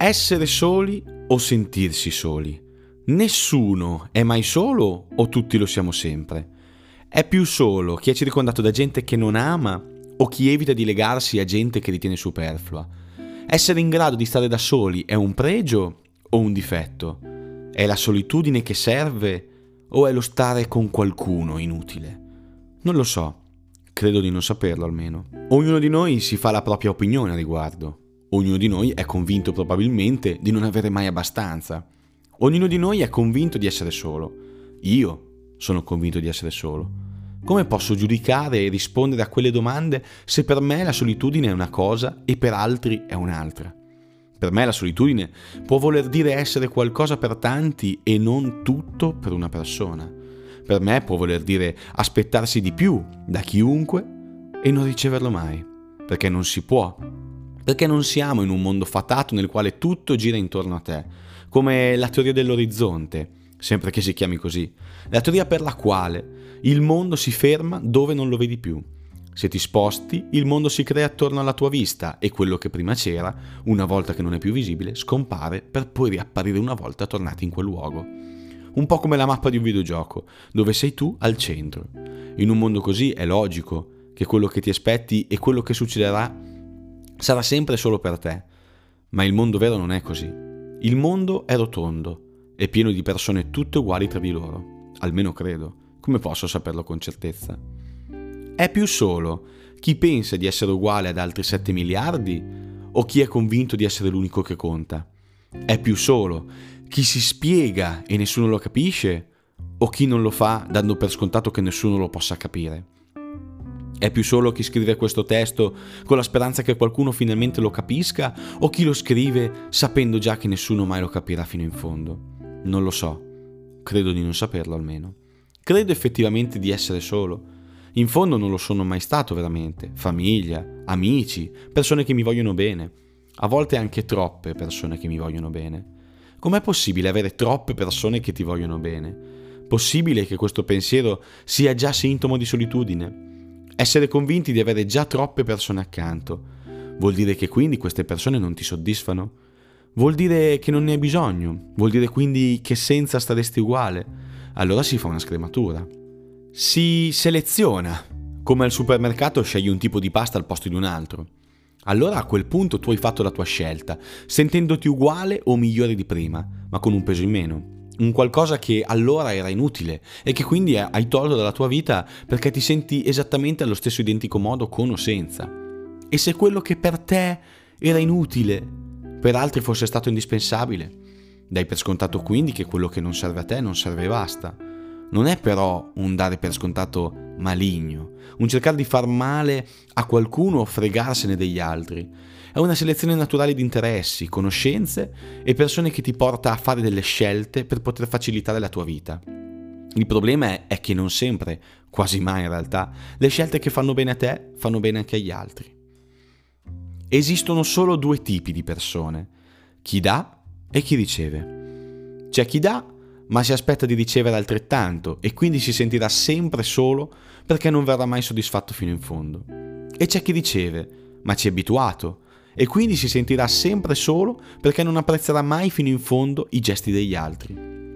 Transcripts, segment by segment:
Essere soli o sentirsi soli? Nessuno è mai solo o tutti lo siamo sempre? È più solo chi è circondato da gente che non ama o chi evita di legarsi a gente che ritiene superflua? Essere in grado di stare da soli è un pregio o un difetto? È la solitudine che serve o è lo stare con qualcuno inutile? Non lo so, credo di non saperlo almeno. Ognuno di noi si fa la propria opinione a riguardo. Ognuno di noi è convinto probabilmente di non avere mai abbastanza. Ognuno di noi è convinto di essere solo. Io sono convinto di essere solo. Come posso giudicare e rispondere a quelle domande se per me la solitudine è una cosa e per altri è un'altra? Per me la solitudine può voler dire essere qualcosa per tanti e non tutto per una persona. Per me può voler dire aspettarsi di più da chiunque e non riceverlo mai, perché non si può. Perché non siamo in un mondo fatato nel quale tutto gira intorno a te, come la teoria dell'orizzonte, sempre che si chiami così, la teoria per la quale il mondo si ferma dove non lo vedi più. Se ti sposti, il mondo si crea attorno alla tua vista e quello che prima c'era, una volta che non è più visibile, scompare per poi riapparire una volta tornati in quel luogo. Un po' come la mappa di un videogioco, dove sei tu al centro. In un mondo così è logico che quello che ti aspetti e quello che succederà sarà sempre solo per te, ma il mondo vero non è così. Il mondo è rotondo, è pieno di persone tutte uguali tra di loro, almeno credo. Come posso saperlo con certezza? È più solo chi pensa di essere uguale ad altri 7 miliardi o chi è convinto di essere l'unico che conta? È più solo chi si spiega e nessuno lo capisce o chi non lo fa dando per scontato che nessuno lo possa capire? È più solo chi scrive questo testo con la speranza che qualcuno finalmente lo capisca o chi lo scrive sapendo già che nessuno mai lo capirà fino in fondo? Non lo so, credo di non saperlo almeno. Credo effettivamente di essere solo. In fondo non lo sono mai stato veramente. Famiglia, amici, persone che mi vogliono bene. A volte anche troppe persone che mi vogliono bene. Com'è possibile avere troppe persone che ti vogliono bene? Possibile che questo pensiero sia già sintomo di solitudine? Essere convinti di avere già troppe persone accanto vuol dire che quindi queste persone non ti soddisfano? Vuol dire che non ne hai bisogno? Vuol dire quindi che senza staresti uguale? Allora si fa una scrematura. Si seleziona. Come al supermercato scegli un tipo di pasta al posto di un altro. Allora a quel punto tu hai fatto la tua scelta, sentendoti uguale o migliore di prima, ma con un peso in meno. Un qualcosa che allora era inutile e che quindi hai tolto dalla tua vita perché ti senti esattamente allo stesso identico modo con o senza. E se quello che per te era inutile, per altri fosse stato indispensabile, dai per scontato quindi che quello che non serve a te non serve e basta. Non è però un dare per scontato maligno, un cercare di far male a qualcuno o fregarsene degli altri. È una selezione naturale di interessi, conoscenze e persone che ti porta a fare delle scelte per poter facilitare la tua vita. Il problema è che non sempre, quasi mai in realtà, le scelte che fanno bene a te fanno bene anche agli altri. Esistono solo due tipi di persone, chi dà e chi riceve. C'è chi dà, ma si aspetta di ricevere altrettanto e quindi si sentirà sempre solo perché non verrà mai soddisfatto fino in fondo. E c'è chi riceve, ma ci è abituato e quindi si sentirà sempre solo perché non apprezzerà mai fino in fondo i gesti degli altri.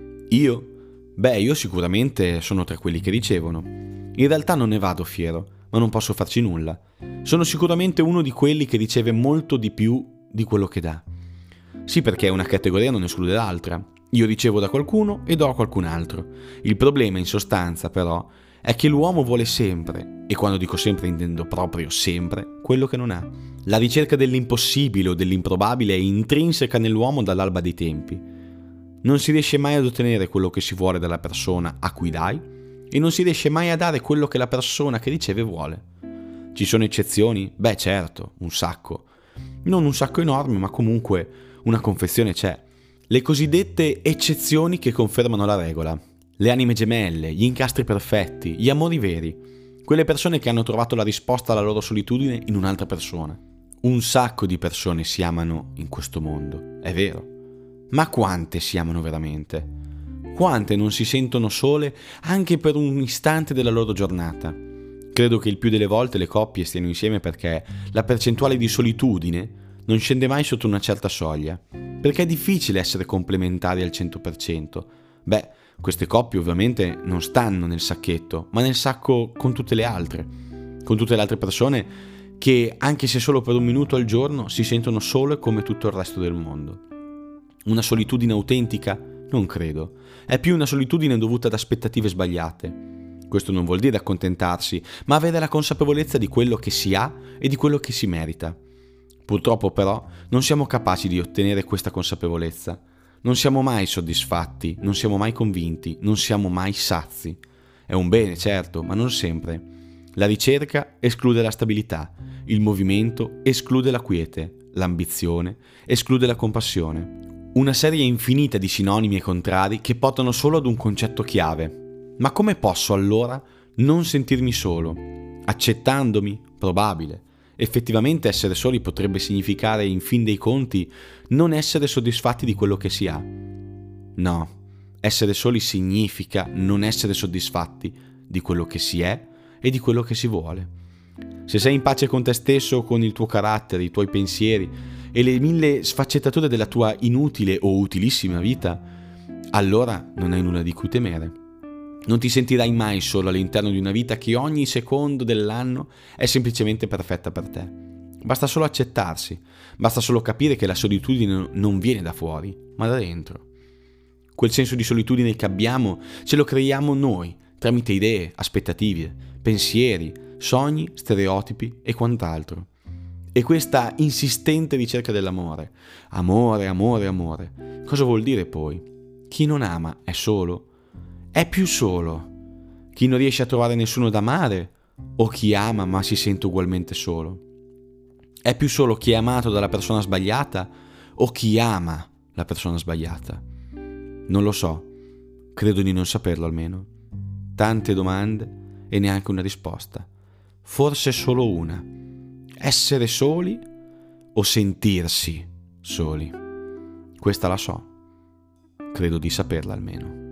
Io sicuramente sono tra quelli che ricevono. In realtà non ne vado fiero, ma non posso farci nulla. Sono sicuramente uno di quelli che riceve molto di più di quello che dà. Sì, perché una categoria non esclude l'altra. Io ricevo da qualcuno e do a qualcun altro. Il problema in sostanza però è che l'uomo vuole sempre, e quando dico sempre intendo proprio sempre, quello che non ha. La ricerca dell'impossibile o dell'improbabile è intrinseca nell'uomo dall'alba dei tempi. Non si riesce mai ad ottenere quello che si vuole dalla persona a cui dai e non si riesce mai a dare quello che la persona che riceve vuole. Ci sono eccezioni? Beh certo, un sacco. Non un sacco enorme, ma comunque una confezione c'è. Le cosiddette eccezioni che confermano la regola. Le anime gemelle, gli incastri perfetti, gli amori veri. Quelle persone che hanno trovato la risposta alla loro solitudine in un'altra persona. Un sacco di persone si amano in questo mondo, è vero. Ma quante si amano veramente? Quante non si sentono sole anche per un istante della loro giornata? Credo che il più delle volte le coppie stiano insieme perché la percentuale di solitudine non scende mai sotto una certa soglia, perché è difficile essere complementari al 100%. Beh, queste coppie ovviamente non stanno nel sacchetto, ma nel sacco con tutte le altre persone che, anche se solo per un minuto al giorno, si sentono sole come tutto il resto del mondo. Una solitudine autentica? Non credo. È più una solitudine dovuta ad aspettative sbagliate. Questo non vuol dire accontentarsi, ma avere la consapevolezza di quello che si ha e di quello che si merita. Purtroppo però non siamo capaci di ottenere questa consapevolezza. Non siamo mai soddisfatti, non siamo mai convinti, non siamo mai sazi. È un bene, certo, ma non sempre. La ricerca esclude la stabilità, il movimento esclude la quiete, l'ambizione esclude la compassione. Una serie infinita di sinonimi e contrari che portano solo ad un concetto chiave. Ma come posso allora non sentirmi solo? Accettandomi? Probabile. Effettivamente essere soli potrebbe significare, in fin dei conti, non essere soddisfatti di quello che si ha. No, essere soli significa non essere soddisfatti di quello che si è e di quello che si vuole. Se sei in pace con te stesso, con il tuo carattere, i tuoi pensieri e le 1000 sfaccettature della tua inutile o utilissima vita, allora non hai nulla di cui temere. Non ti sentirai mai solo all'interno di una vita che ogni secondo dell'anno è semplicemente perfetta per te. Basta solo accettarsi, basta solo capire che la solitudine non viene da fuori, ma da dentro. Quel senso di solitudine che abbiamo ce lo creiamo noi, tramite idee, aspettative, pensieri, sogni, stereotipi e quant'altro. E questa insistente ricerca dell'amore. Amore, amore, amore. Cosa vuol dire poi? Chi non ama è solo? È più solo chi non riesce a trovare nessuno da amare o chi ama ma si sente ugualmente solo? È più solo chi è amato dalla persona sbagliata o chi ama la persona sbagliata? Non lo so, credo di non saperlo almeno. Tante domande e neanche una risposta. Forse solo una. Essere soli o sentirsi soli? Questa la so. Credo di saperla almeno.